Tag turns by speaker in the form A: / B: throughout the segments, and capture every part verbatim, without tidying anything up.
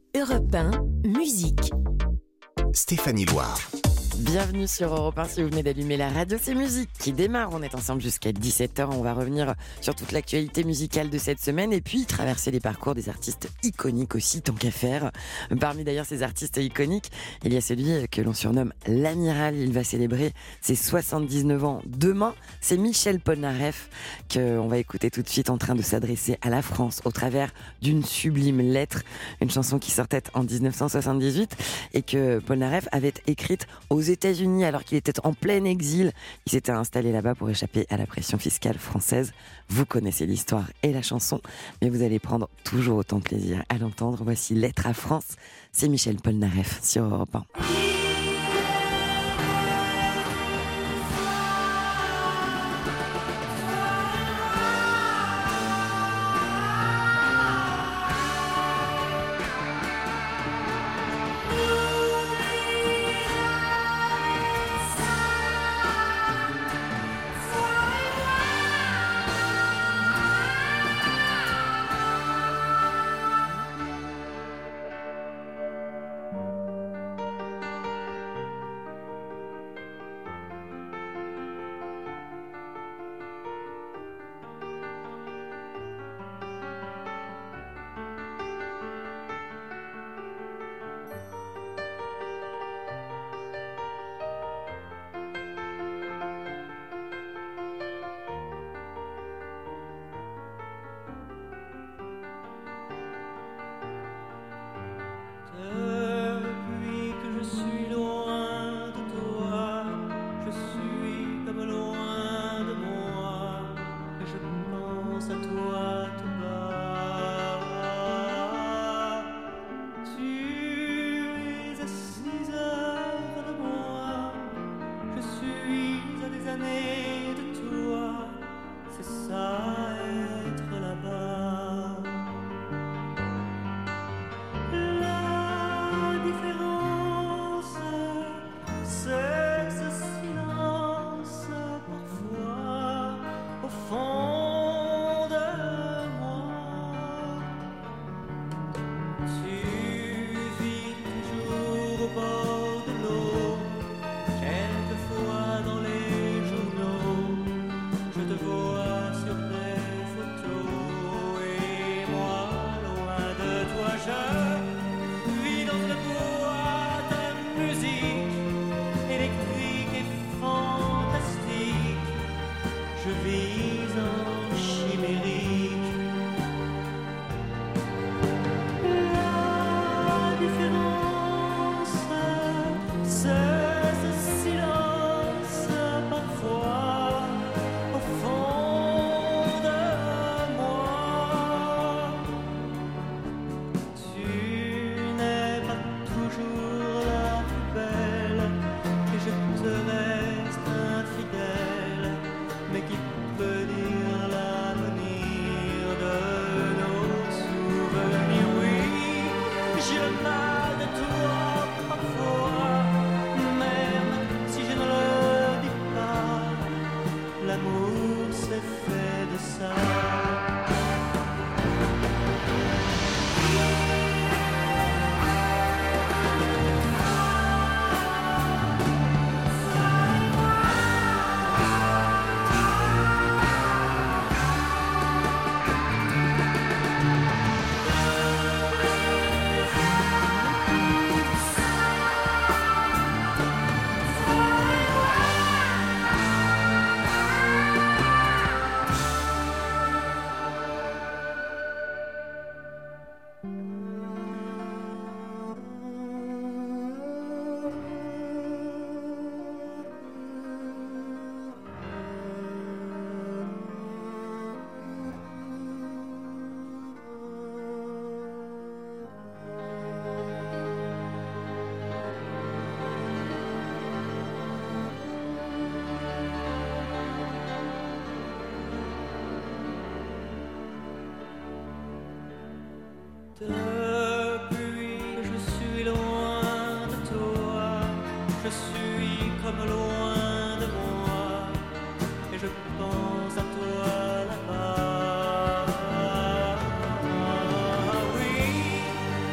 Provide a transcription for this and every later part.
A: Europe un, musique.
B: Stéphanie Loire.
C: Bienvenue sur Europe un, si vous venez d'allumer la radio, c'est musique qui démarre. On est ensemble jusqu'à dix-sept heures. On va revenir sur toute l'actualité musicale de cette semaine et puis traverser les parcours des artistes iconiques aussi, tant qu'à faire. Parmi d'ailleurs ces artistes iconiques, il y a celui que l'on surnomme l'Amiral. Il va célébrer ses soixante-dix-neuf ans demain. C'est Michel Polnareff qu'on va écouter tout de suite en train de s'adresser à la France au travers d'une sublime lettre. Une chanson qui sortait en dix-neuf cent soixante-dix-huit et que Polnareff avait écrite aux États-Unis alors qu'il était en plein exil. Il s'était installé là-bas pour échapper à la pression fiscale française. Vous connaissez l'histoire et la chanson, mais vous allez prendre toujours autant de plaisir à l'entendre. Voici Lettre à France, c'est Michel Polnareff sur Europe un.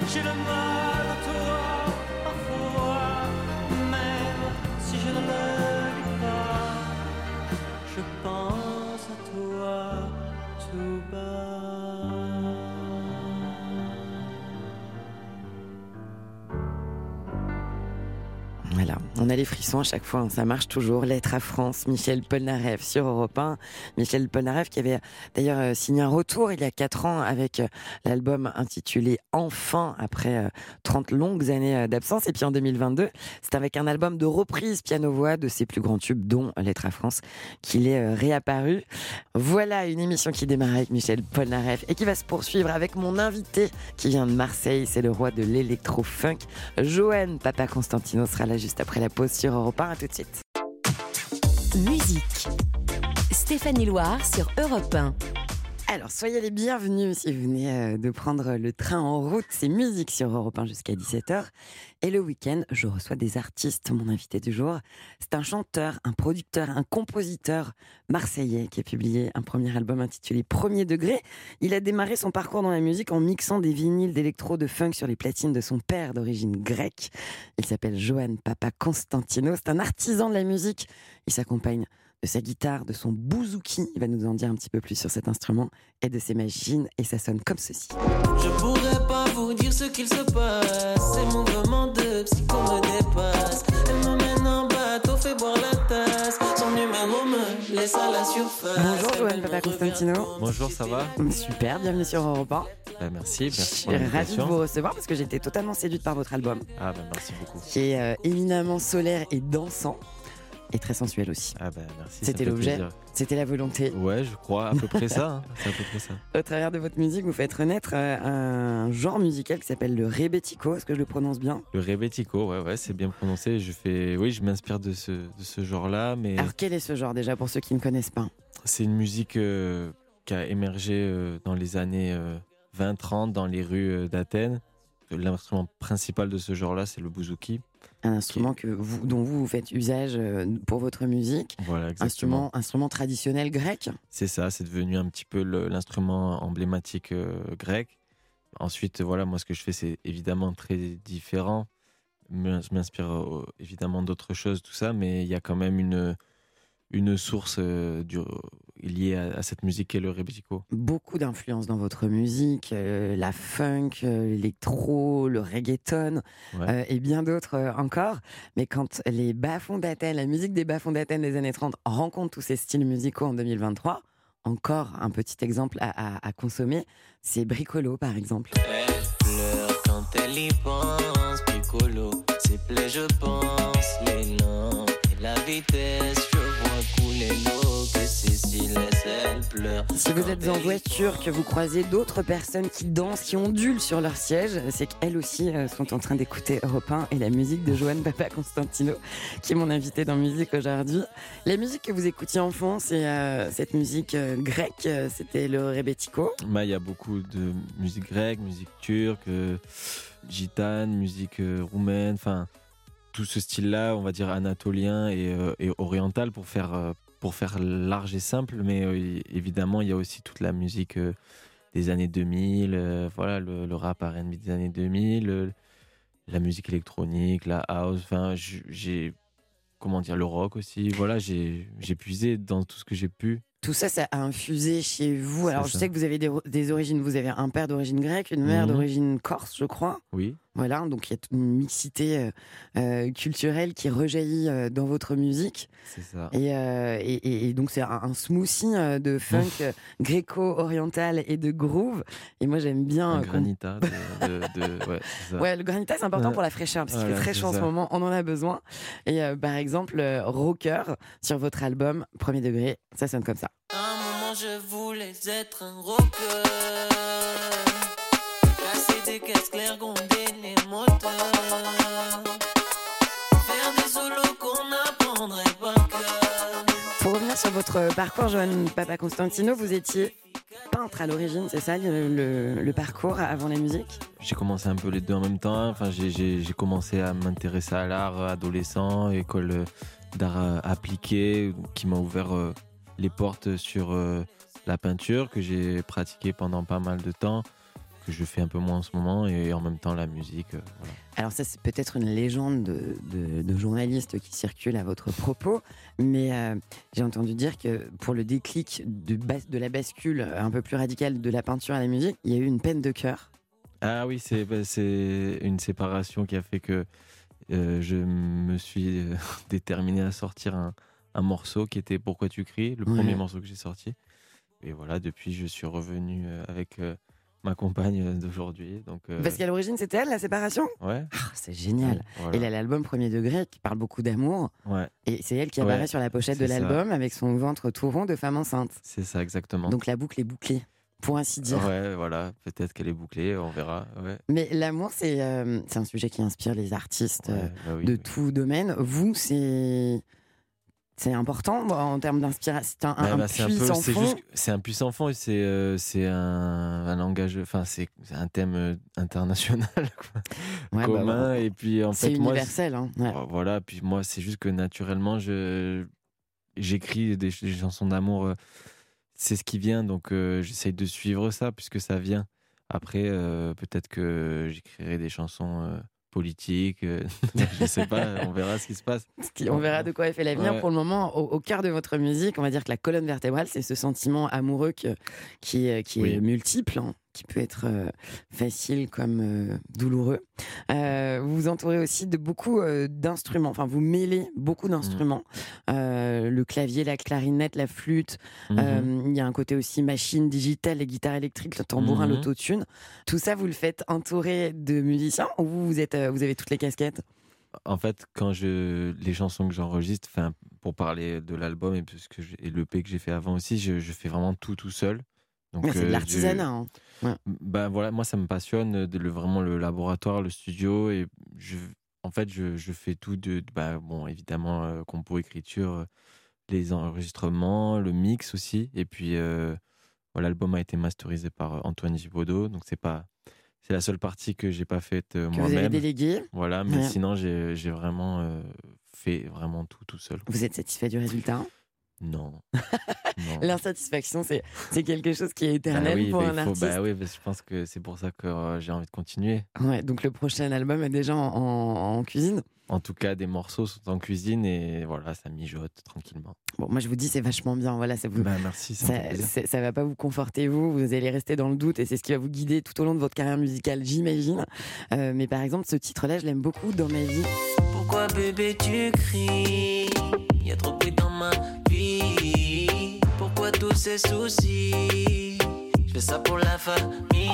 D: j'ai le mal de toi parfois, même si je ne le dis pas, je pense à toi tout bas.
C: Voilà, on a les frissons à chaque fois, hein, ça marche toujours. Lettre à France, Michel Polnareff sur Europe un. Michel Polnareff qui avait d'ailleurs euh, signé un retour il y a quatre ans avec euh, l'album intitulé Enfin, après euh, trente longues années euh, d'absence. Et puis en deux mille vingt-deux, c'est avec un album de reprise piano-voix de ses plus grands tubes, dont Lettre à France, qu'il est euh, réapparu. Voilà une émission qui démarre avec Michel Polnareff et qui va se poursuivre avec mon invité qui vient de Marseille. C'est le roi de l'électro-funk. Johan Papa Constantino sera là juste après la pause sur Europe un. À tout de suite.
A: Musique. Stéphanie Loire sur Europe un.
C: Alors, soyez les bienvenus si vous venez de prendre le train en route. C'est musique sur Europe un jusqu'à dix-sept heures. Et le week-end, je reçois des artistes. Mon invité du jour, c'est un chanteur, un producteur, un compositeur marseillais qui a publié un premier album intitulé Premier Degré. Il a démarré son parcours dans la musique en mixant des vinyles d'électro, de funk sur les platines de son père d'origine grecque. Il s'appelle Johan Papa Constantino. C'est un artisan de la musique. Il s'accompagne de sa guitare, de son bouzouki, il va nous en dire un petit peu plus sur cet instrument, et de ses machines, et ça sonne comme ceci.
E: Je pourrais pas vous dire ce qu'il se passe, ces mouvements de psycho me dépassent. Elle m'emmène en bateau, fait boire la tasse, son numéro me laisse à la surface.
C: Bonjour Johan Papa Constantino.
F: Bonjour, ça va ?
C: Super, bienvenue sur Europe un.
F: Bah, merci, merci.
C: Je suis
F: pour
C: ravie de
F: l'invitation.
C: vous recevoir parce que j'étais totalement séduite par votre album,
F: Ah bah merci beaucoup.
C: qui est euh, éminemment solaire et dansant, et très sensuel aussi.
F: Ah bah merci. ça
C: C'était
F: fait
C: l'objet,
F: plaisir.
C: c'était la volonté.
F: Ouais, je crois à peu près ça. Hein. C'est à peu près ça.
C: Au travers de votre musique, vous faites renaître euh, un genre musical qui s'appelle le rebetiko. Est-ce que je le prononce bien ?
F: Le rebetiko, ouais, ouais, c'est bien prononcé. Je fais, oui, je m'inspire de ce, de ce genre-là, mais
C: Alors quel est ce genre déjà pour ceux qui ne connaissent pas ?
F: c'est une musique euh, qui a émergé euh, dans les années euh, vingt trente dans les rues euh, d'Athènes. L'instrument principal de ce genre-là, c'est le bouzouki.
C: Un instrument que vous, dont vous, vous faites usage euh, pour votre musique.
F: Voilà, exactement.
C: Instrument, instrument traditionnel grec.
F: C'est ça, c'est devenu un petit peu le- l'instrument emblématique euh, grec. Ensuite, voilà, moi, ce que je fais, c'est évidemment très différent. Me- Je m'inspire euh, évidemment d'autres choses, tout ça, mais il y a quand même une, une source euh, du- liée à, à cette musique qui est le rebetiko.
C: Beaucoup d'influences dans votre musique, euh, la funk, euh, l'électro, le reggaeton
F: Ouais.
C: euh, et bien d'autres euh, encore. Mais quand les bas-fonds d'Athènes, la musique des bas-fonds d'Athènes des années trente rencontre tous ces styles musicaux en deux mille vingt-trois, encore un petit exemple à, à- à consommer, c'est Bricolo par exemple.
E: Elle pleure quand elle y pense, piccolo, ses plaies je pense, l'élan et la vitesse, je vois couler l'eau, que Cécile laisse, elle pleure.
C: Si vous êtes en voiture, que vous croisez d'autres personnes qui dansent, qui ondulent sur leur siège, c'est qu'elles aussi euh, sont en train d'écouter Europe un et la musique de Johan Papa Constantino, qui est mon invité dans Musique aujourd'hui. La musique que vous écoutiez enfant, c'est euh, cette musique euh, grecque, euh, c'était le rebetiko.
F: Bah, il y a beaucoup de musique grecque, musique turque, euh, gitane, musique euh, roumaine, enfin tout ce style-là, on va dire anatolien et, euh, et oriental pour faire, euh, pour faire large et simple, mais euh, évidemment il y a aussi toute la musique euh, des années deux mille, euh, voilà, le, le rap R and B des années deux mille, euh, la musique électronique, la house, enfin j- j'ai, comment dire, le rock aussi, voilà, j'ai, j'ai puisé dans tout ce que j'ai pu.
C: Tout ça, ça a infusé chez vous.
F: C'est
C: Alors, je
F: ça.
C: sais que vous avez des, des origines. Vous avez un père d'origine grecque, une mère
F: Mhm.
C: d'origine corse, je crois.
F: Oui,
C: Voilà, donc il y a toute une mixité euh, euh, culturelle qui rejaillit euh, dans votre musique.
F: c'est ça.
C: Et, euh, et, et- et donc, c'est un, un smoothie euh, de funk euh, gréco-oriental et de groove. Et moi, j'aime bien.
F: Un
C: euh, qu'on-
F: granita de, de- de- ouais, c'est ça.
C: Ouais, le granita, c'est important
F: Ouais.
C: pour la fraîcheur, parce qu'il
F: Voilà,
C: fait très
F: c'est
C: chaud en ce
F: ça.
C: moment, on en a besoin. Et euh, par exemple, euh, Rocker, sur votre album, Premier Degré, ça sonne comme ça.
E: À un moment je voulais être un rocker, casser des caisses claires, gronder les moteurs, faire des solos qu'on n'apprendrait pas cœur.
C: Pour revenir sur votre parcours, Johan Papa Constantino, vous étiez peintre à l'origine, c'est ça le, le- le parcours avant la musique?
F: J'ai commencé un peu les deux en même temps. Enfin, j'ai, j'ai, j'ai commencé à m'intéresser à l'art euh, adolescent, école euh, d'art euh, appliqué, qui m'a ouvert euh, les portes sur euh, la peinture que j'ai pratiquée pendant pas mal de temps, que je fais un peu moins en ce moment, et en même temps la musique. Euh, voilà.
C: Alors ça, c'est peut-être une légende de, de, de journaliste qui circule à votre propos, mais euh, j'ai entendu dire que pour le déclic de, bas- de la bascule un peu plus radicale de la peinture à la musique, il y a eu une peine de cœur.
F: Ah oui, c'est, bah, c'est une séparation qui a fait que euh, je me suis euh, déterminé à sortir un, un morceau qui était Pourquoi tu cries, le
C: Ouais.
F: premier morceau que j'ai sorti. Et voilà, depuis, je suis revenu euh, avec euh, ma compagne d'aujourd'hui. Donc, euh,
C: Parce qu'à l'origine, c'était elle, la séparation.
F: ouais.
C: Ah, c'est génial.
F: Voilà.
C: Et là, l'album Premier Degré, qui parle beaucoup d'amour,
F: Ouais,
C: et c'est elle qui apparaît
F: Ouais,
C: sur la pochette de
F: c'est ça.
C: l'album avec son ventre tout rond de femme enceinte.
F: c'est ça exactement.
C: Donc la boucle est bouclée, pour ainsi dire.
F: Ouais, voilà, peut-être qu'elle est bouclée, on verra. Ouais.
C: Mais l'amour, c'est euh, c'est un sujet qui inspire les artistes euh,
F: Ouais, bah oui,
C: de
F: oui.
C: tout domaine. Vous, c'est c'est important en termes d'inspiration. C'est un,
F: Bah,
C: un
F: bah, c'est un
C: puits
F: peu-
C: sans
F: c'est
C: fond.
F: juste- c'est un puits sans fond et c'est euh, c'est un, un langage, enfin c'est c'est un thème euh, international quoi,
C: Ouais, bah,
F: commun,
C: ouais.
F: et puis en
C: C'est
F: fait moi
C: universel. Hein. Ouais.
F: c'est- voilà, puis moi c'est juste que naturellement je j'écris des, des chansons d'amour, euh, c'est ce qui vient, donc euh, j'essaye de suivre ça puisque ça vient. Après euh, peut-être que j'écrirai des chansons euh, politiques, euh, je sais pas, on verra ce qui se passe.
C: On verra de quoi est fait l'avenir.
F: Ouais.
C: Pour le moment, au, au cœur de votre musique, on va dire que la colonne vertébrale, c'est ce sentiment amoureux que- qui, est- qui est
F: Oui.
C: multiple, hein, qui peut être euh, facile comme euh, douloureux. Euh, vous vous entourez aussi de beaucoup euh, d'instruments. Enfin, vous mêlez beaucoup d'instruments. Euh, le clavier, la clarinette, la flûte.
F: Mhm.
C: Euh, Il y a un côté aussi machine digitale, les guitares électriques, le tambourin,
F: Mhm.
C: l'autotune. Tout ça, vous le faites entouré de musiciens ou vous, vous, êtes, euh, vous avez toutes les casquettes?
F: En fait, quand je les chansons que j'enregistre, enfin pour parler de l'album et parce que j'ai- et l'E P que j'ai fait avant aussi, je, je fais vraiment tout tout seul. Donc
C: Ouais, c'est de
F: euh,
C: l'artisanat.
F: je-
C: hein.
F: Ben voilà, moi ça me passionne de le, vraiment le laboratoire, le studio, et je, en fait je, je fais tout de, de- bah, bon évidemment euh, compo, écriture, euh, les enregistrements, le mix aussi, et puis euh, voilà, l'album a été masterisé par euh, Antoine Gibaudeau, donc c'est pas c'est la seule partie que j'ai pas faite euh,
C: Que vous avez
F: moi-même.
C: délégué.
F: Voilà, mais
C: Ouais.
F: sinon j'ai j'ai vraiment euh, fait vraiment tout tout seul.
C: Vous êtes satisfait du résultat?
F: Non. non.
C: L'insatisfaction, c'est c'est quelque chose qui est
F: Bah
C: éternel
F: oui,
C: pour
F: bah,
C: un
F: il faut-
C: artiste.
F: bah oui, parce que je pense que c'est pour ça que euh, j'ai envie de continuer.
C: Ouais, donc le prochain album est déjà en, en- en cuisine.
F: En tout cas, des morceaux sont en cuisine et voilà, ça mijote tranquillement.
C: Bon, moi je vous dis, c'est vachement bien. Voilà, ça vous.
F: Bah merci, ça me fait
C: Ça,
F: plaisir.
C: c'est- ça va pas vous conforter, vous, vous allez rester dans le doute et c'est ce qui va vous guider tout au long de votre carrière musicale, j'imagine. Euh, mais par exemple, ce titre-là, je l'aime beaucoup dans ma vie.
E: Pourquoi bébé tu cries? Y a trop de bruit dans ma vie. Pourquoi tous ces soucis? Je fais ça pour la famille.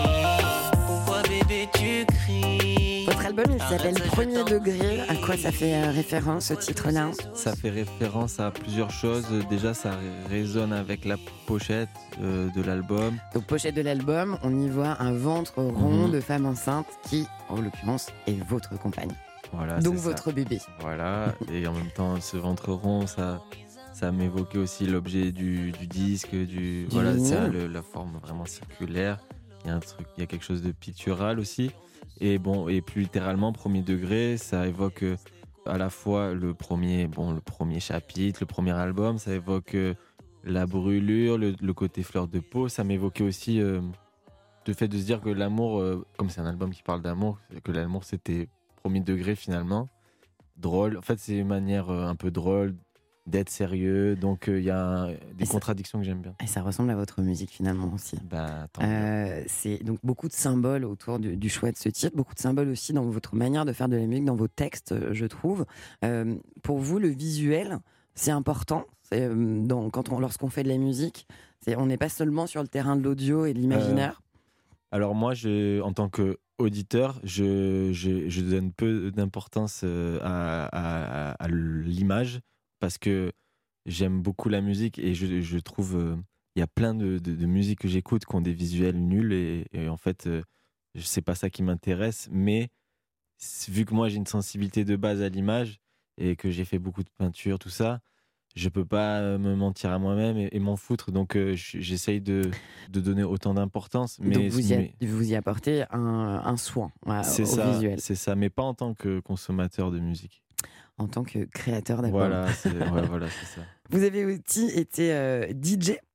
E: Pourquoi bébé tu cries?
C: Votre album, il s'appelle Premier Degré. À quoi ça fait euh, référence, ce titre-là?
F: Ça fait référence à plusieurs choses. Déjà, ça ré- résonne avec la pochette euh, de l'album.
C: Donc, pochette de l'album, on y voit un ventre rond
F: Mhm.
C: de femme enceinte qui, en l'occurrence, est votre compagne.
F: Voilà,
C: Donc,
F: c'est ça.
C: votre bébé.
F: Voilà, et en même temps, ce ventre rond, ça, ça m'évoquait aussi l'objet du, du disque, du, voilà,
C: vinyle.
F: c'est le- la forme vraiment circulaire. Il y a un truc, il y a quelque chose de pictural aussi. Et bon, et plus littéralement, Premier Degré, ça évoque euh, à la fois le premier, bon, le premier chapitre, le premier album, ça évoque euh, la brûlure, le, le côté fleur de peau. Ça m'évoquait aussi euh, le fait de se dire que l'amour, euh, comme c'est un album qui parle d'amour, que l'amour c'était Premier Degré finalement. Drôle. En fait, c'est une manière euh, un peu drôle d'être sérieux. Donc, il y a un- des
C: Et ça-
F: contradictions que j'aime bien.
C: Et ça ressemble à votre musique, finalement, aussi.
F: Bah, tant mieux.
C: Euh, c'est donc beaucoup de symboles autour du, du choix de ce titre, beaucoup de symboles aussi dans votre manière de faire de la musique, dans vos textes, euh, je trouve. Euh, pour vous, le visuel, c'est important. C'est, euh, dans, quand on, lorsqu'on fait de la musique, c'est, on n'est pas seulement sur le terrain de l'audio et de l'imaginaire.
F: Alors moi, je, en tant qu'auditeur, je, je, je donne peu d'importance euh, à, à, à- à l'image parce que j'aime beaucoup la musique et je, je trouve euh, il y a plein de, de, de musiques que j'écoute qui ont des visuels nuls et, et en fait, euh, c'est pas ça qui m'intéresse. Mais c- vu que moi j'ai une sensibilité de base à l'image et que j'ai fait beaucoup de peinture, tout ça, je peux pas euh, me mentir à moi-même et, et m'en foutre. Donc euh, j- j'essaye de, de donner autant d'importance. Mais,
C: Donc vous y, a-
F: mais
C: vous y apportez un, un soin voilà,
F: c'est
C: au
F: ça,
C: visuel,
F: c'est ça, mais pas en tant que consommateur de musique.
C: en tant que créateur d'albums.
F: Voilà, c'est ouais, voilà, c'est ça.
C: Vous avez aussi été euh, D J.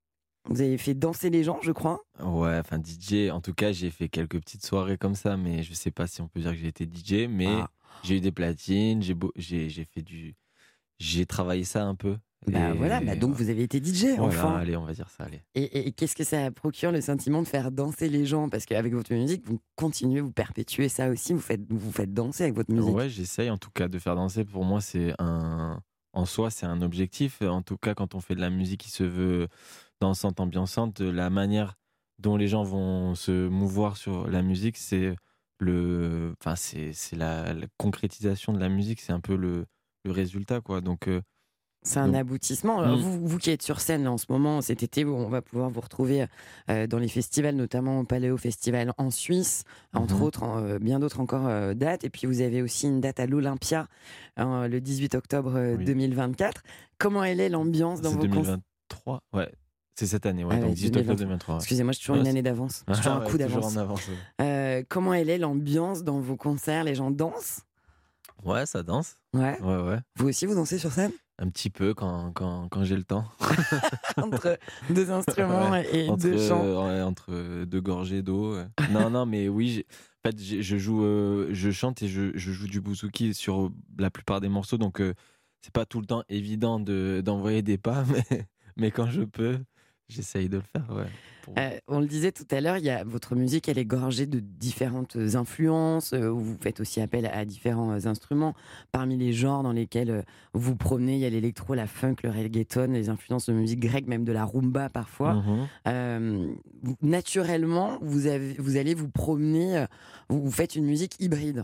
C: Vous avez fait danser les gens, je crois.
F: Ouais, enfin D J, en tout cas, j'ai fait quelques petites soirées comme ça, mais je sais pas si on peut dire que j'ai été D J, mais
C: Ah.
F: j'ai eu des platines, j'ai, beau- j'ai, j'ai fait du. J'ai travaillé ça un peu.
C: Bah
F: Et-
C: voilà, bah donc vous avez été D J,
F: Voilà,
C: enfin.
F: allez, on va dire ça, allez.
C: Et, et- et qu'est-ce que ça procure le sentiment de faire danser les gens? Parce qu'avec votre musique, vous continuez, vous perpétuez ça aussi, vous faites, vous faites danser avec votre musique.
F: Ouais, j'essaye en tout cas de faire danser. Pour moi, c'est un. En soi, c'est un objectif. En tout cas, quand on fait de la musique qui se veut dansante, ambiançante, la manière dont les gens vont se mouvoir sur la musique, c'est le. Enfin, c'est, c'est la, la concrétisation de la musique, c'est un peu le, le résultat, quoi. Donc. euh,
C: C'est un
F: Donc-
C: aboutissement. Alors,
F: Mm.
C: vous, vous qui êtes sur scène là, en ce moment, cet été, où on va pouvoir vous retrouver euh, dans les festivals, notamment au Paléo Festival en Suisse, entre
F: Mhm.
C: autres, en, euh, bien d'autres encore euh, dates. Et puis vous avez aussi une date à l'Olympia hein, le dix-huit octobre euh,
F: Oui.
C: deux mille vingt-quatre. Comment elle est l'ambiance dans
F: c'est
C: vos concerts?
F: deux mille vingt-trois, ouais. C'est cette année, ouais.
C: Ah ouais,
F: donc dix-huit octobre deux mille vingt-trois. ouais.
C: Excusez-moi, je suis toujours
F: Ouais,
C: une
F: c'est-
C: année d'avance. Je suis toujours
F: Ah
C: un
F: ouais,
C: coup
F: toujours
C: d'avance.
F: en avance. ouais.
C: Euh, comment elle est l'ambiance dans vos concerts? Les gens dansent?
F: Ouais, ça danse.
C: Ouais.
F: Ouais, ouais.
C: Vous aussi, vous dansez sur scène?
F: Un petit peu quand, quand, quand j'ai le temps.
C: Entre deux instruments et
F: entre,
C: deux chants.
F: euh, ouais, entre deux gorgées d'eau. ouais. non, non, mais oui, j'ai- en fait, j'ai- je joue, euh, je chante et je, je joue du bouzouki sur la plupart des morceaux, donc euh, c'est pas tout le temps évident de, d'envoyer des pas, mais, mais quand je peux, j'essaye de le faire. Ouais, pour-
C: Euh, on le disait tout à l'heure, il y a, votre musique, elle est gorgée de différentes influences. euh, Vous faites aussi appel à différents euh, instruments. Parmi les genres dans lesquels euh, vous promenez, il y a l'électro, la funk, le reggaeton, les influences de musique grecque, même de la rumba parfois.
F: Mhm.
C: Euh, vous- naturellement, vous, avez, vous allez vous promener, euh, vous, vous faites une musique hybride.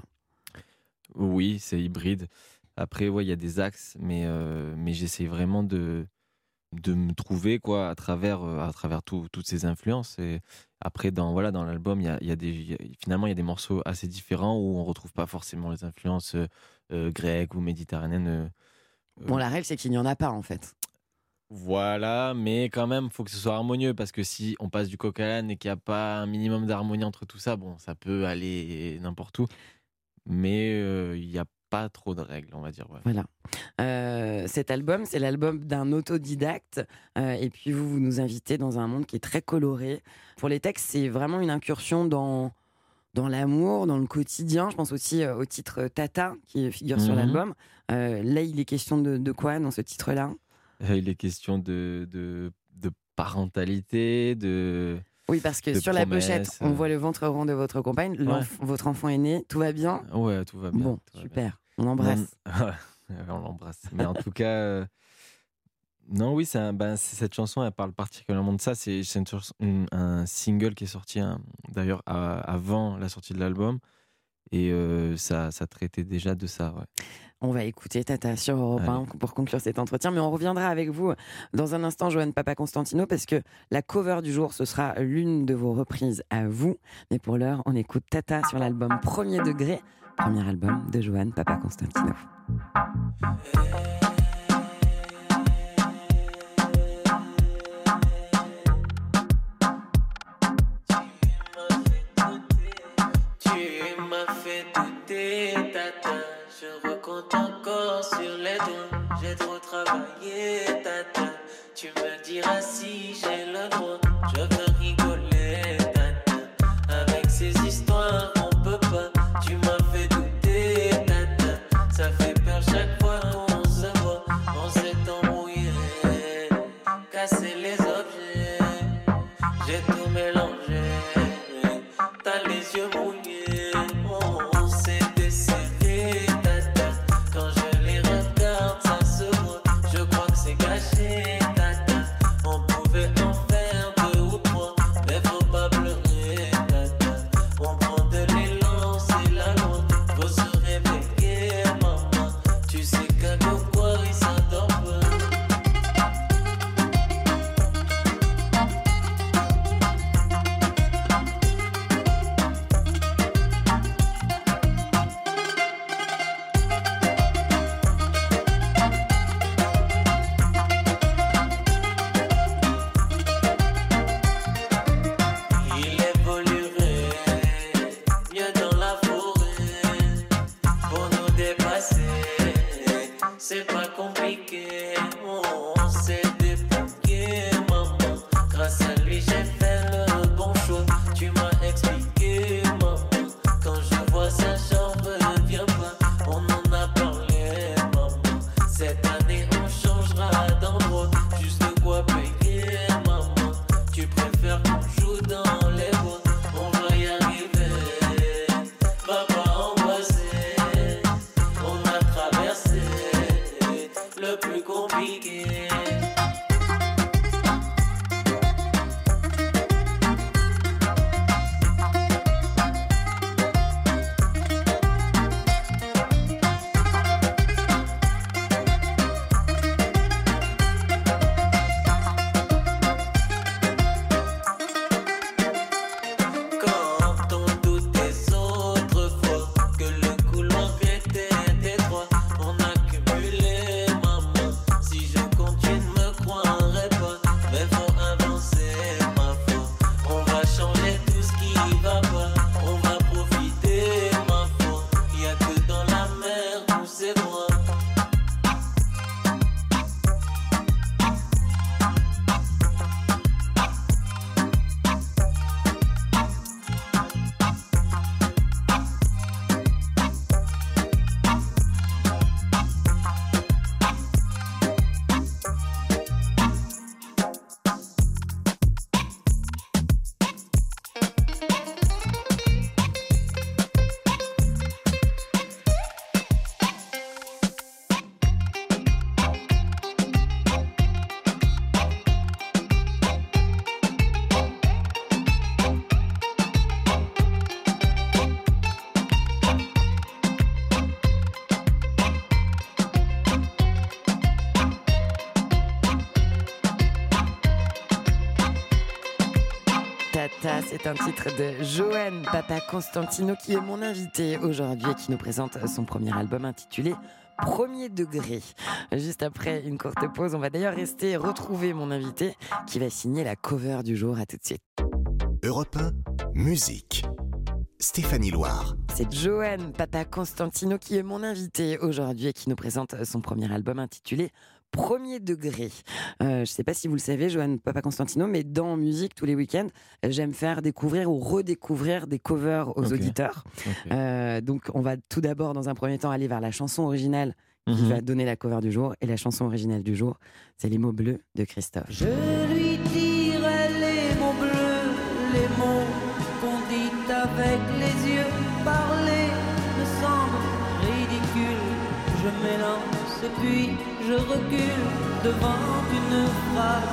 F: Oui, c'est hybride. Après, ouais, il y a des axes, mais, euh, mais j'essaie vraiment de, de me trouver quoi, à travers, euh, à travers tout- toutes ces influences. Et après, dans, voilà, dans l'album, il y a, il y a des, il y a- finalement, il y a des morceaux assez différents où on ne retrouve pas forcément les influences euh, euh, grecques ou méditerranéennes. euh,
C: Bon, la règle, c'est qu'il n'y en a pas, en fait.
F: Voilà, mais quand même, il faut que ce soit harmonieux parce que si on passe du coq à l'âne et qu'il n'y a pas un minimum d'harmonie entre tout ça, bon, ça peut aller n'importe où. Mais euh, il n'y a pas trop de règles, on va dire. Ouais.
C: Voilà. Euh, cet album, c'est l'album d'un autodidacte. euh, et puis vous, vous nous invitez dans un monde qui est très coloré. Pour les textes, c'est vraiment une incursion dans, dans l'amour, dans le quotidien. Je pense aussi euh, au titre Tata qui figure sur
F: Mhm.
C: l'album. Euh, là, il est question de, de quoi dans ce titre-là?
F: Euh, Il est question de, de, de parentalité, de...
C: Oui, parce que
F: de
C: sur la pochette,
F: promesses,
C: on
F: euh.
C: voit le ventre rond de votre compagne. L'enf- Votre enfant est né. Tout va bien?
F: Ouais, tout va bien.
C: Bon,
F: tout va bien.
C: super. On embrasse.
F: Non, on l'embrasse. Mais en tout cas, euh, non, oui, c'est un- ben, c'est- cette chanson, elle parle particulièrement de ça. C'est c'est une chanson- une- un single qui est sorti hein, d'ailleurs à- avant la sortie de l'album. Et euh, ça, ça traitait déjà de ça. Ouais.
C: On va écouter Tata sur Europe un pour conclure cet entretien, mais on reviendra avec vous dans un instant, Joanne Papa Constantino, parce que la cover du jour, ce sera l'une de vos reprises à vous. Mais pour l'heure, on écoute Tata sur l'album Premier Degré, premier album de Joanne Papa Constantino.
E: Tu m'as fait douter, tata. Je recompte encore sur les doigts. J'ai trop travaillé, tata. Tu me diras si j'ai le droit. Je veux rigoler, tata. Avec ces histoires, on peut pas. Tu m'as fait douter, tata. Ça fait peur chaque fois qu'on se voit. On s'est embrouillé, cassé les objets. J'ai tout mélangé. T'as les yeux mouillés, oh, on s'est desserré, tata. Quand je les regarde, ça se voit. Je crois que c'est gâché, tata. On pouvait en faire deux ou trois, mais faut pas pleurer, tata. On prend de
C: c'est un titre de Johan Papa Constantino qui est mon invité aujourd'hui et qui nous présente son premier album intitulé Premier degré. Juste après une courte pause, on va d'ailleurs rester et retrouver mon invité qui va signer la cover du jour. À tout de suite.
B: Europe un, musique. Stéphanie Loire.
C: C'est Johan Papa Constantino qui est mon invité aujourd'hui et qui nous présente son premier album intitulé Premier degré. Euh, je ne sais pas si vous le savez, Johan Papa Constantino, mais dans musique, tous les week-ends, j'aime faire découvrir ou redécouvrir des covers aux
F: okay.
C: auditeurs.
F: Okay.
C: Euh, donc, on va tout d'abord, dans un premier temps, aller vers la chanson originale qui
F: mm-hmm.
C: va donner la cover du jour. Et la chanson originale du jour, c'est Les mots bleus de Christophe.
D: Je lui dirai les mots bleus, les mots qu'on dit avec les yeux. Parler me semble ridicule. Je m'élance et puis je recule devant une phrase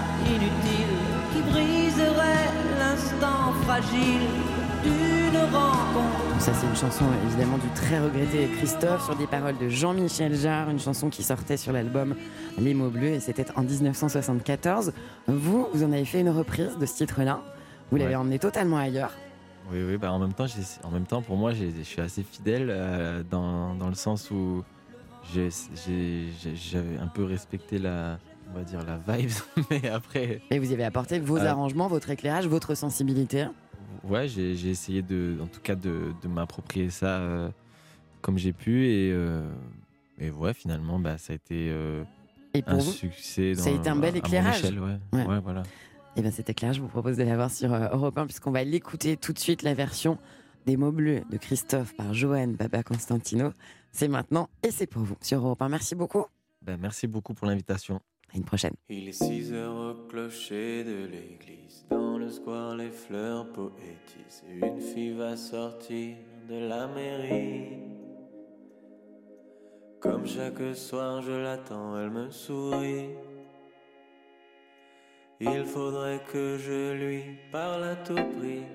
D: inutile qui briserait l'instant fragile d'une rencontre.
C: Ça, c'est une chanson évidemment du très regretté Christophe sur des paroles de Jean-Michel Jarre, une chanson qui sortait sur l'album Les mots bleus et c'était en dix-neuf cent soixante-quatorze. Vous, vous en avez fait une reprise de ce titre-là. Vous l'avez ouais. emmené totalement ailleurs.
F: Oui, oui. Bah en même temps, j'ai, en même temps, pour moi, j'ai, je suis assez fidèle euh, dans dans le sens où J'ai, j'ai, j'avais un peu respecté la, on va dire la vibe, mais après.
C: Et vous y avez apporté vos euh, arrangements, votre éclairage, votre sensibilité.
F: Ouais, j'ai, j'ai essayé de, en tout cas, de, de m'approprier ça euh, comme j'ai pu et euh, et ouais, finalement, bah ça a été euh,
C: et pour
F: un
C: vous,
F: succès. Dans,
C: ça a été un bel éclairage.
F: À mon échelle, ouais.
C: Ouais.
F: ouais, voilà.
C: Et bien cet éclairage, je vous propose de l'avoir sur euh, Europe un puisqu'on va l'écouter tout de suite la version des mots bleus de Christophe par Johan Papa Constantino. C'est maintenant et c'est pour vous sur Europe un. Merci beaucoup.
F: Ben, merci beaucoup pour l'invitation.
C: À une prochaine.
E: Il est six heures au clocher de l'église. Dans le square, les fleurs poétisent. Une fille va sortir de la mairie. Comme chaque soir, je l'attends, elle me sourit. Il faudrait que je lui parle à tout prix.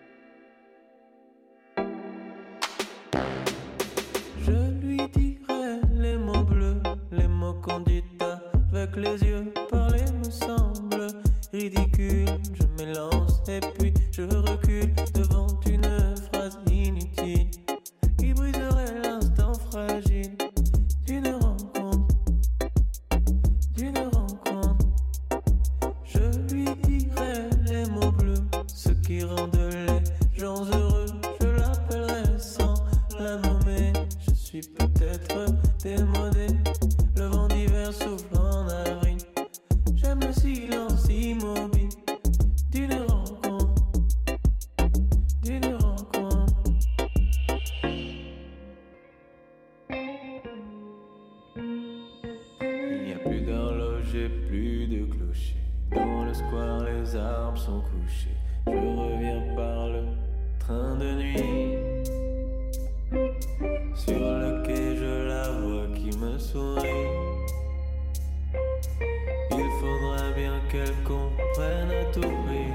E: Je lui dirai les mots bleus, les mots qu'on dit avec les yeux. Parler me semble ridicule. Je m'élance et puis je recule devant une phrase inutile qui briserait l'instant fragile d'une rencontre, d'une rencontre. Je lui dirai les mots bleus, ce qui rendent les gens heureux. Je l'appellerai sans la nommer. Je suis peut-être démodé, le vent d'hiver souffle en avril. J'aime le silence immobile d'une rencontre, d'une rencontre. Il n'y a plus d'horloge et plus de clocher. Dans le square, les arbres sont couchés. Je reviens par le train de nuit. Sur le quai, je la vois qui me sourit. Il faudra bien qu'elle comprenne à tout prix.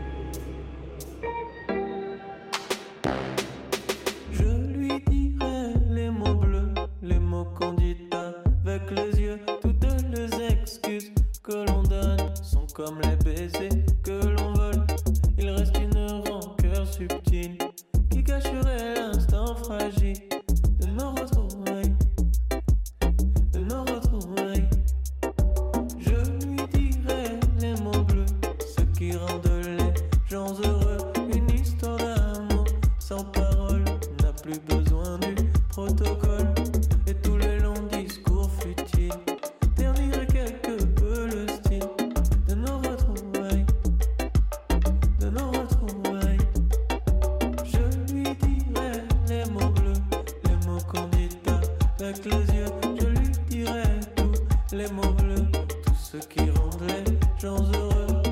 E: Je lui dirai les mots bleus, les mots qu'on dit avec les yeux. Toutes les excuses que l'on donne sont comme les baisers que l'on vole. Il reste une rancœur subtile qui cacherait l'instant fragile de nos retrouvailles, de nos retrouvailles. Je lui dirai les mots bleus, ce qui rendent les gens heureux. Une histoire d'amour sans parole n'a plus besoin du protocole. Et tous les longs discours futiles terniraient quelque peu le style de nos retrouvailles, de nos retrouvailles. Je lui dirai les mots bleus, les mots qu'on dit avec les yeux. Je lui dirai tous les mots bleus, tout ce qui rend les gens heureux.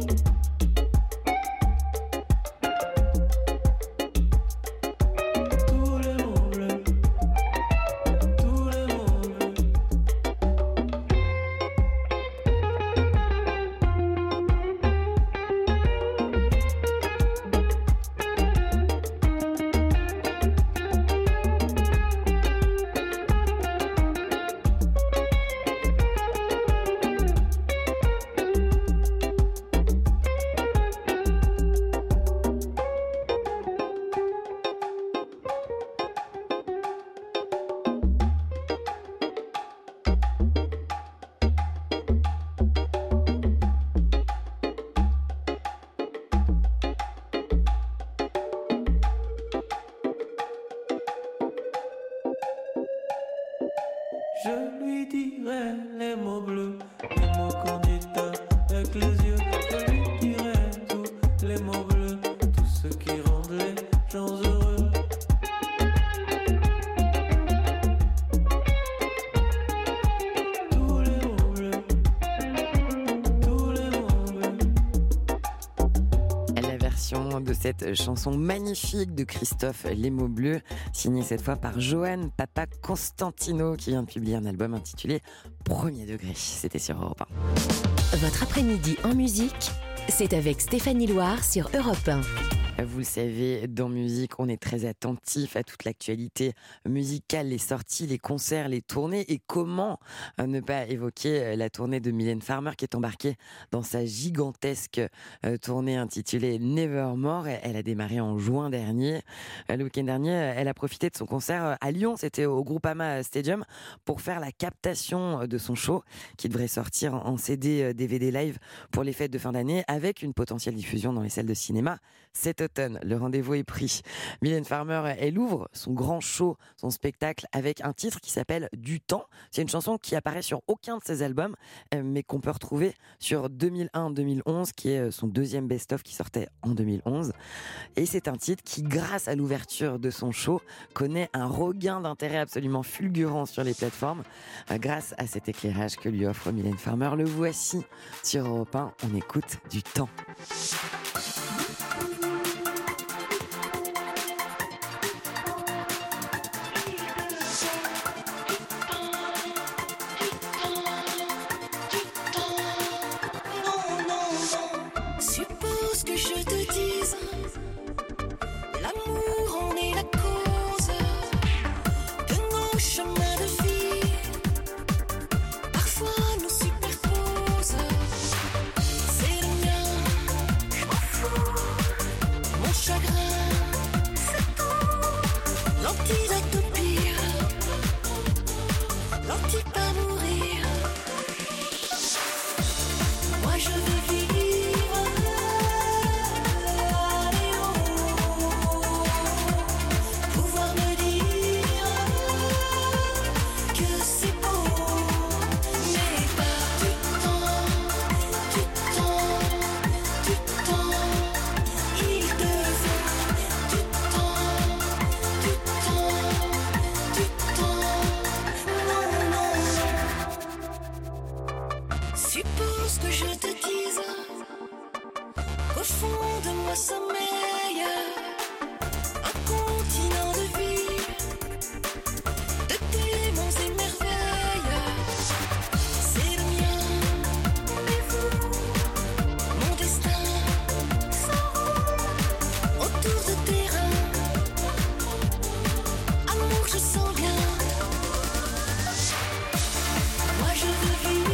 E: Tous les mots bleus, tous les mots bleus.
D: Je lui dirai les mots bleus, les mots candidats avec les yeux. Je lui dirai tous les mots bleus, tout ce qui rendent les gens heureux. Tous les mots bleus, tous les mots bleus.
C: La version de cette chanson magnifique de Christophe Les mots bleus, signée cette fois par Johan Papa Constantino, qui vient de publier un album intitulé Premier degré. C'était sur Europe un.
A: Votre après-midi en musique, c'est avec Stéphanie Loire sur Europe un.
C: Vous le savez, dans musique, on est très attentif à toute l'actualité musicale, les sorties, les concerts, les tournées. Et comment ne pas évoquer la tournée de Mylène Farmer qui est embarquée dans sa gigantesque tournée intitulée Nevermore. Elle a démarré en juin dernier. Le week-end dernier, elle a profité de son concert à Lyon, c'était au Groupama Stadium, pour faire la captation de son show qui devrait sortir en C D, D V D live pour les fêtes de fin d'année, avec une potentielle diffusion dans les salles de cinéma cet automne. Le rendez-vous est pris. Mylène Farmer, elle ouvre son grand show, son spectacle, avec un titre qui s'appelle Du temps. C'est une chanson qui apparaît sur aucun de ses albums, mais qu'on peut retrouver sur deux mille un deux mille onze, qui est son deuxième best-of qui sortait en deux mille onze. Et c'est un titre qui, grâce à l'ouverture de son show, connaît un regain d'intérêt absolument fulgurant sur les plateformes, grâce à cet éclairage que lui offre Mylène Farmer. Le voici sur Europe un. On écoute Du temps.
G: Suppose que je te dise, l'amour en est la cause de nos chemins de vie. Parfois nous superpose. C'est le mien, je m'en fous. Mon chagrin, c'est tout. L'antidote au pire, l'antidote à mourir. Moi je veux vivre. Suppose que je te dise qu'au fond de moi sommeille un continent de vie, de démons et merveilles. C'est le mien, mais vous, mon destin s'enroule autour de tes reins. Amour, je sens bien. Moi je veux vivre.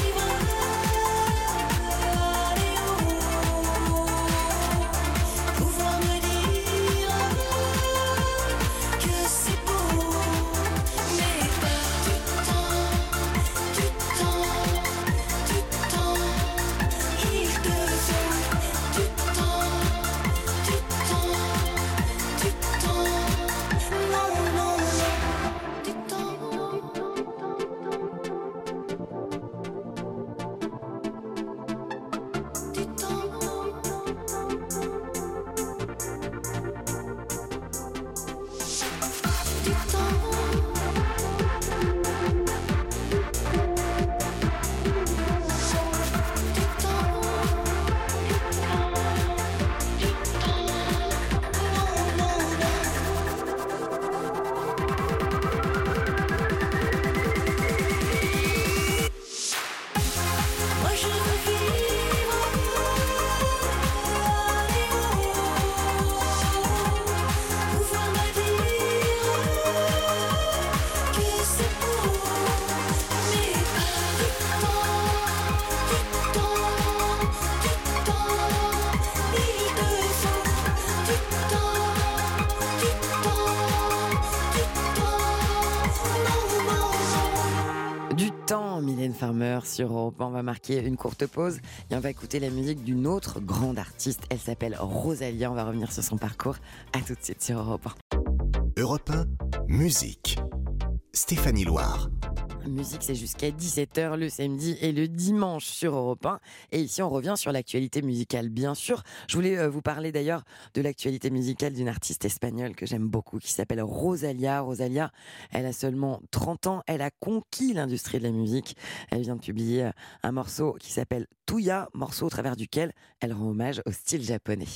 C: Mylène Farmer sur Europe un. On va marquer une courte pause et on va écouter la musique d'une autre grande artiste. Elle s'appelle Rosalia. On va revenir sur son parcours. À tout de suite sur Europe un.
B: Europe un, musique. Stéphanie Loire.
C: Musique, c'est jusqu'à dix-sept heures le samedi et le dimanche sur Europe un. Et ici, on revient sur l'actualité musicale, bien sûr. Je voulais vous parler d'ailleurs de l'actualité musicale d'une artiste espagnole que j'aime beaucoup, qui s'appelle Rosalía. Rosalía, elle a seulement trente ans. Elle a conquis l'industrie de la musique. Elle vient de publier un morceau qui s'appelle Tuya, morceau au travers duquel elle rend hommage au style japonais.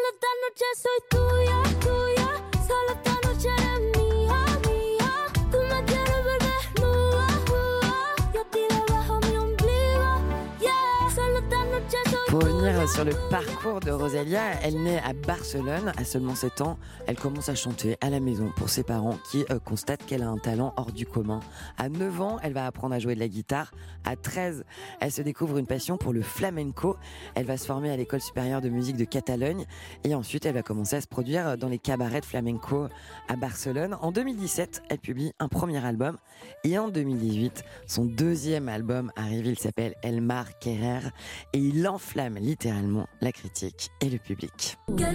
C: Pour revenir sur le parcours de Rosalía, elle naît à Barcelone à seulement sept ans. Elle commence à chanter à la maison pour ses parents qui euh, constatent qu'elle a un talent hors du commun. À neuf ans, elle va apprendre à jouer de la guitare. À treize, elle se découvre une passion pour le flamenco. Elle va se former à l'école supérieure de musique de Catalogne et ensuite elle va commencer à se produire dans les cabarets de flamenco à Barcelone. En deux mille dix-sept, elle publie un premier album et en deux mille dix-huit, son deuxième album arrive. Il s'appelle El Mar Querer et il enflamme littéralement la critique et le public.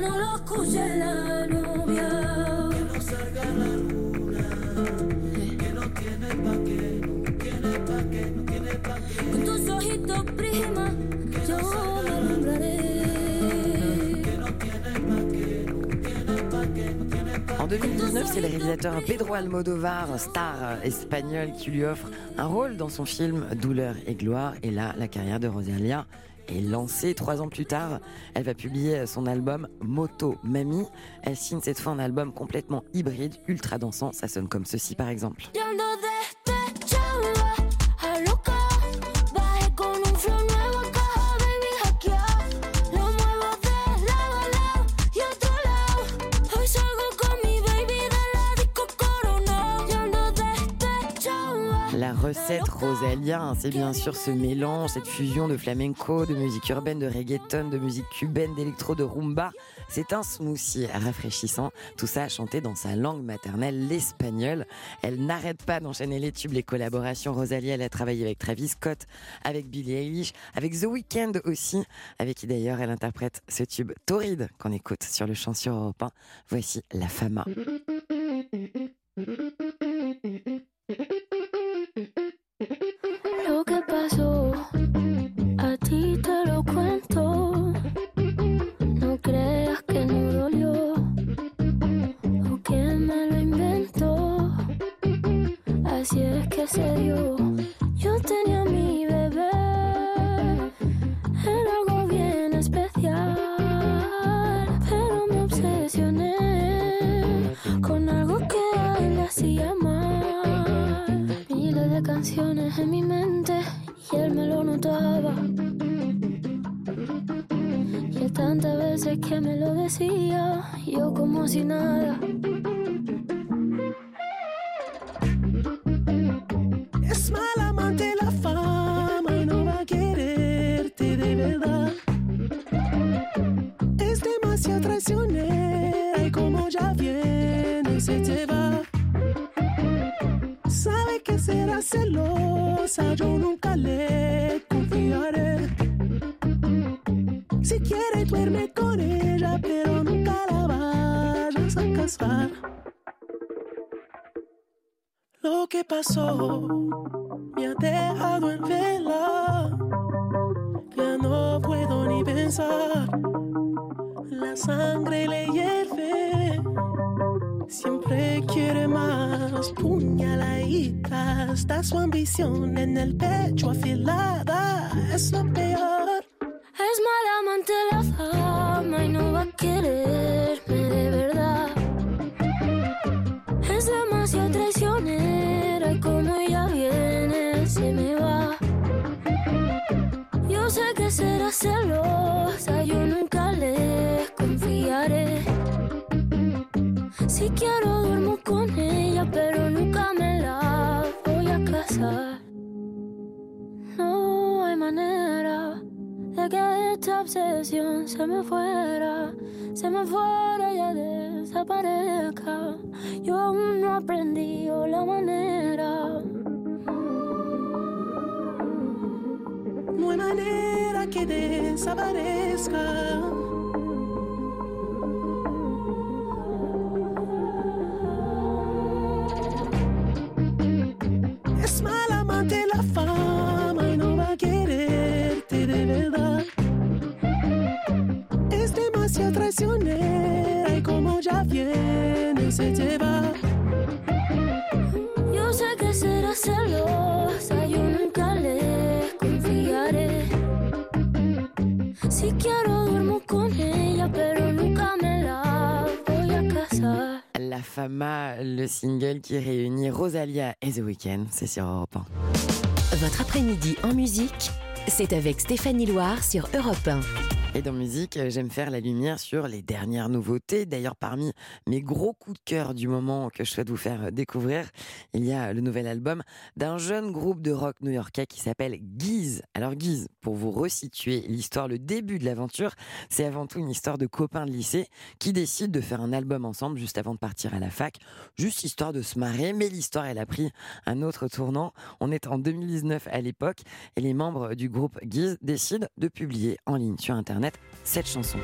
C: En deux mille dix-neuf, c'est le réalisateur Pedro Almodóvar, star espagnol, qui lui offre un rôle dans son film Douleur et gloire. Et là, la carrière de Rosalía est lancée. Trois ans plus tard, elle va publier son album Moto Mami. Elle signe cette fois un album complètement hybride, ultra dansant. Ça sonne comme ceci par exemple. La recette Rosalía, c'est bien sûr ce mélange, cette fusion de flamenco, de musique urbaine, de reggaeton, de musique cubaine, d'électro, de rumba. C'est un smoothie rafraîchissant, tout ça chanté dans sa langue maternelle, l'espagnol. Elle n'arrête pas d'enchaîner les tubes, les collaborations. Rosalía, elle a travaillé avec Travis Scott, avec Billie Eilish, avec The Weeknd aussi, avec qui d'ailleurs elle interprète ce tube torride qu'on écoute sur le chant sur Europe un. Voici La Fama.
H: Lo que pasó, a ti te lo cuento. No creas que no dolió o que me lo inventó. Así es que se dio. Yo tenía mi bebé, era algo bien especial, pero me obsesioné con algo que a él le hacía mal. Miles de canciones en mi mente y él me lo notaba. Y él tantas veces que me lo decía, yo como si nada.
I: Es mala amante la fama y no va a quererte de verdad. Es demasiado traicionera y como ya viene se te va. Sabe que será celosa, yo nunca le confiaré. Si quiere duerme con ella, pero nunca la vayas a casar. Lo que pasó me ha dejado en vela. Ya no puedo ni pensar. La sangre le hierve. Siempre quiere más, puñaladita. Está su ambición en el pecho afilada. Es lo peor.
H: Es mala amante la fama y no va a quererme de verdad. Es demasiado traicionera y como ella viene se me va. Yo sé que será celosa, yo nunca le confiaré. Si quiero duermo con ella, pero nunca me la voy a casar. No hay manera de que esta obsesión se me fuera, se me fuera y ya desaparezca. Yo aún no aprendí la manera.
I: No hay manera que desaparezca. Es mala se te va.
H: Yo sé que será celosa, yo nunca le confiaré. Si quiero duermo con ella, pero nunca me la voy a casar.
C: La Fama, le single qui réunit Rosalia et The Weeknd, c'est sur Europe un.
A: Votre après-midi en musique, c'est avec Stéphanie Loire sur Europe un.
C: Et dans musique, j'aime faire la lumière sur les dernières nouveautés. D'ailleurs, parmi mes gros coups de cœur du moment que je souhaite vous faire découvrir, il y a le nouvel album d'un jeune groupe de rock new-yorkais qui s'appelle Geez. Alors Geez, pour vous resituer l'histoire, le début de l'aventure, c'est avant tout une histoire de copains de lycée qui décident de faire un album ensemble juste avant de partir à la fac, juste histoire de se marrer. Mais l'histoire, elle a pris un autre tournant. On est en deux mille dix-neuf à l'époque et les membres du groupe Geez décident de publier en ligne sur Internet cette chanson.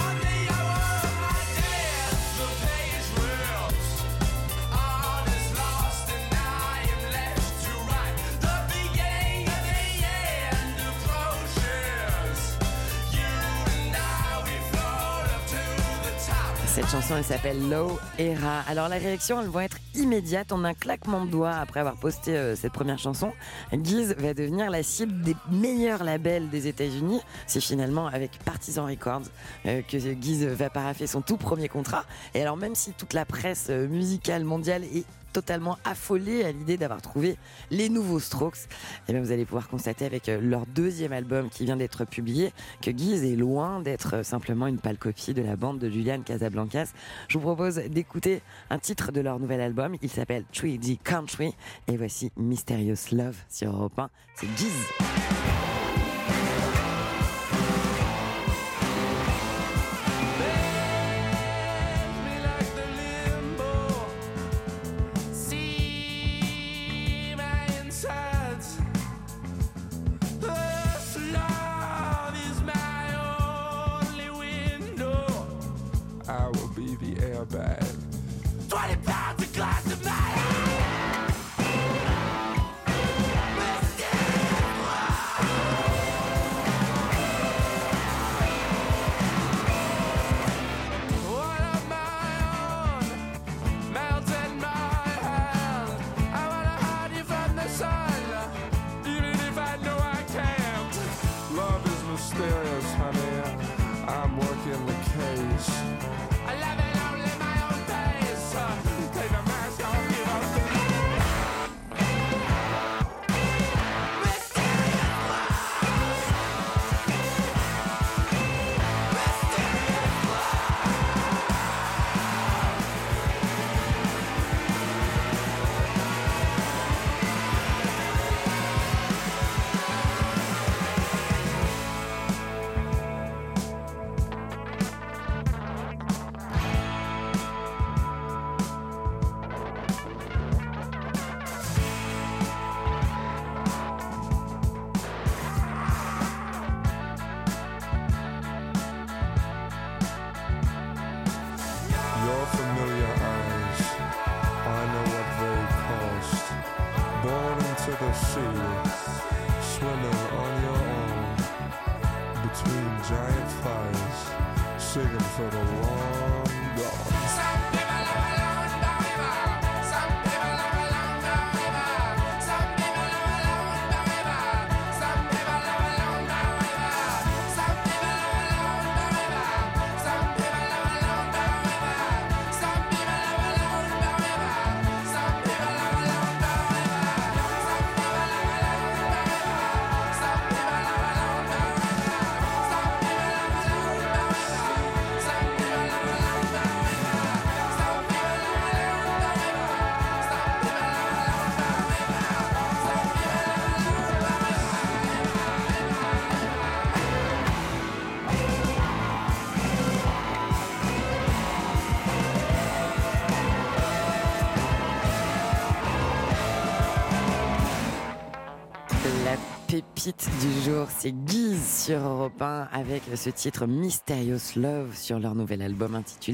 C: Cette chanson, elle s'appelle Low Era. Alors la réaction, elles vont être immédiates. En un claquement de doigts, après avoir posté euh, cette première chanson, Geez va devenir la cible des meilleurs labels des États-Unis. C'est finalement avec Partisan Records euh, que Geez va paraffer son tout premier contrat. Et alors même si toute la presse euh, musicale mondiale est totalement affolée à l'idée d'avoir trouvé les nouveaux Strokes, et bien vous allez pouvoir constater avec leur deuxième album qui vient d'être publié que Geez est loin d'être simplement une pâle copie de la bande de Julian Casablancas. Je vous propose d'écouter un titre de leur nouvel album, il s'appelle trois D Country et voici Mysterious Love sur Europe un, c'est Geez.
J: twenty pounds of glass of my
C: Pépite du jour, c'est Geez sur Europe un avec ce titre Mysterious Love sur leur nouvel album intitulé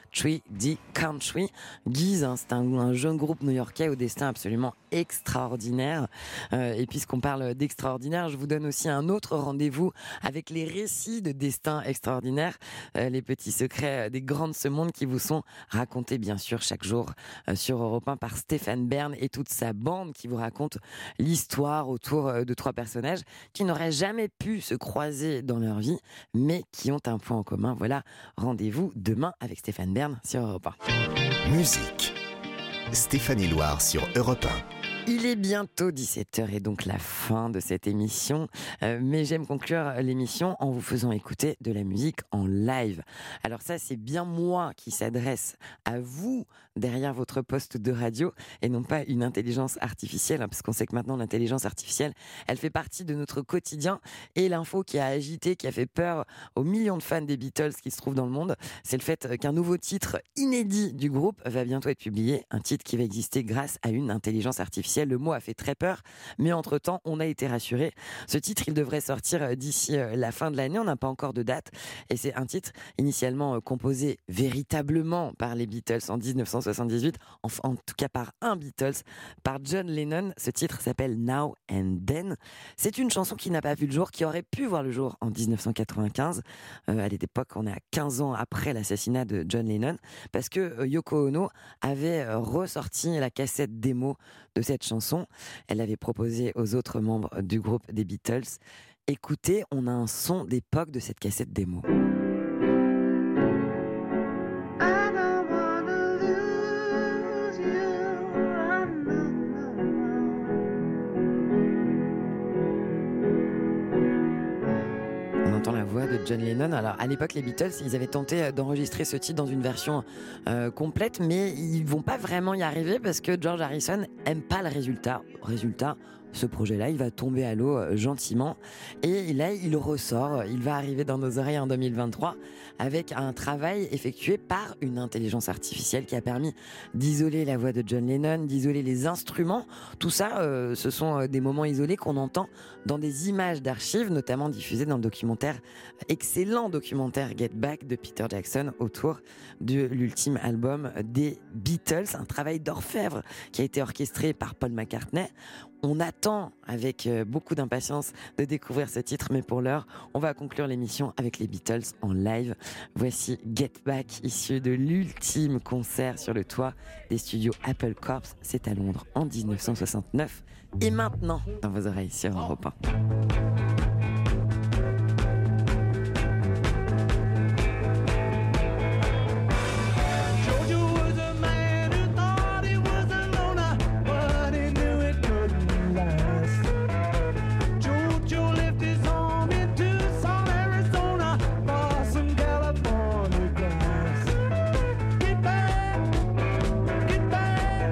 C: three D Country. Giz, hein, c'est un, un jeune groupe new-yorkais au destin absolument extraordinaire. Euh, et puisqu'on parle d'extraordinaire, je vous donne aussi un autre rendez-vous avec les récits de destin extraordinaire, euh, les petits secrets des grands de ce monde qui vous sont racontés bien sûr chaque jour euh, sur Europe un par Stéphane Bern et toute sa bande qui vous raconte l'histoire autour de trois personnages qui n'auraient jamais pu se croiser dans leur vie, mais qui ont un point en commun. Voilà, rendez-vous demain avec Stéphane Bern sur Europe un.
B: Musique. Stéphanie Loire sur Europe un.
C: Il est bientôt dix-sept heures et donc la fin de cette émission. Euh, mais j'aime conclure l'émission en vous faisant écouter de la musique en live. Alors ça, c'est bien moi qui s'adresse à vous derrière votre poste de radio et non pas une intelligence artificielle, hein, parce qu'on sait que maintenant l'intelligence artificielle, elle fait partie de notre quotidien. Et l'info qui a agité, qui a fait peur aux millions de fans des Beatles qui se trouvent dans le monde, c'est le fait qu'un nouveau titre inédit du groupe va bientôt être publié. Un titre qui va exister grâce à une intelligence artificielle. Le mot a fait très peur, mais entre-temps, on a été rassurés. Ce titre, il devrait sortir d'ici la fin de l'année. On n'a pas encore de date. Et c'est un titre initialement composé véritablement par les Beatles en dix-neuf cent soixante-dix-huit, enfin, en tout cas par un Beatles, par John Lennon. Ce titre s'appelle Now and Then. C'est une chanson qui n'a pas vu le jour, qui aurait pu voir le jour en dix-neuf cent quatre-vingt-quinze. Euh, à l'époque, on est à quinze ans après l'assassinat de John Lennon, parce que Yoko Ono avait ressorti la cassette démo de cette chanson. Elle l'avait proposée aux autres membres du groupe des Beatles. Écoutez, on a un son d'époque de cette cassette démo. On entend la voix de John Lennon. Alors à l'époque, les Beatles, ils avaient tenté d'enregistrer ce titre dans une version euh, complète, mais ils vont pas vraiment y arriver parce que George Harrison aime pas le résultat. Résultat, ce projet-là, il va tomber à l'eau euh, gentiment. Et là, il ressort. Il va arriver dans nos oreilles en deux mille vingt-trois avec un travail effectué par une intelligence artificielle qui a permis d'isoler la voix de John Lennon, d'isoler les instruments. Tout ça, euh, ce sont des moments isolés qu'on entend dans des images d'archives, notamment diffusées dans le documentaire, excellent documentaire Get Back de Peter Jackson autour de l'ultime album des Beatles. Un travail d'orfèvre qui a été orchestré par Paul McCartney. On attend avec beaucoup d'impatience de découvrir ce titre, mais pour l'heure, on va conclure l'émission avec les Beatles en live. Voici Get Back, issu de l'ultime concert sur le toit des studios Apple Corps. C'est à Londres en dix-neuf cent soixante-neuf. Et maintenant, dans vos oreilles sur Europe un.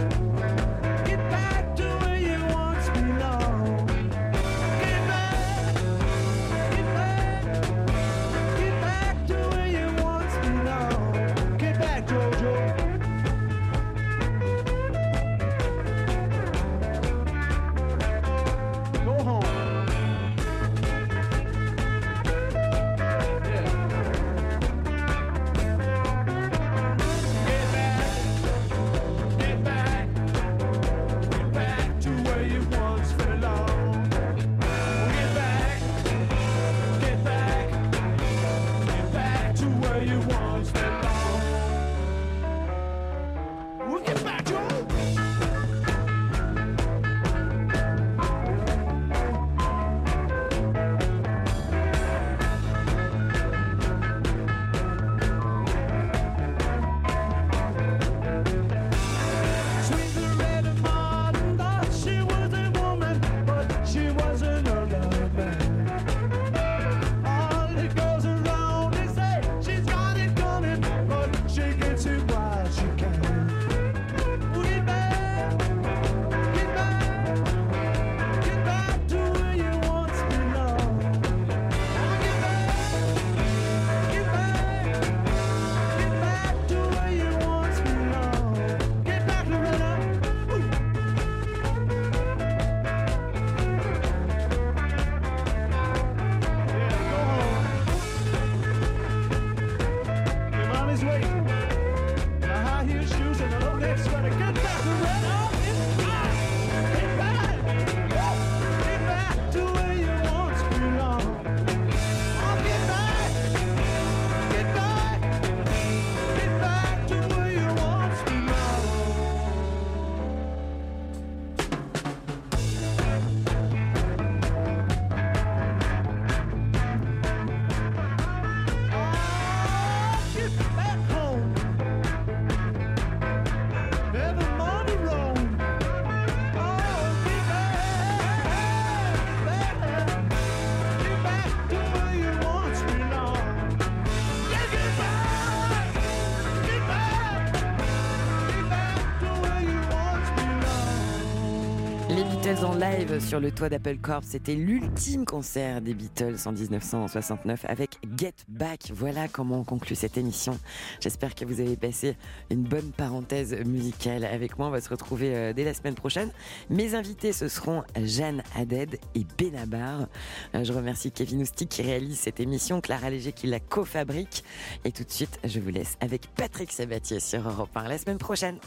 D: Get back to where you once belonged. Get back.
C: Les Beatles en live sur le toit d'Apple Corps, c'était l'ultime concert des Beatles en dix-neuf cent soixante-neuf avec Get Back. Voilà comment on conclut cette émission. J'espère que vous avez passé une bonne parenthèse musicale avec moi. On va se retrouver dès la semaine prochaine. Mes invités, ce seront Jeanne Haddad et Benabar. Je remercie Kevin Oustic qui réalise cette émission, Clara Léger qui la cofabrique. Et tout de suite, je vous laisse avec Patrick Sabatier sur Europe un. La semaine prochaine.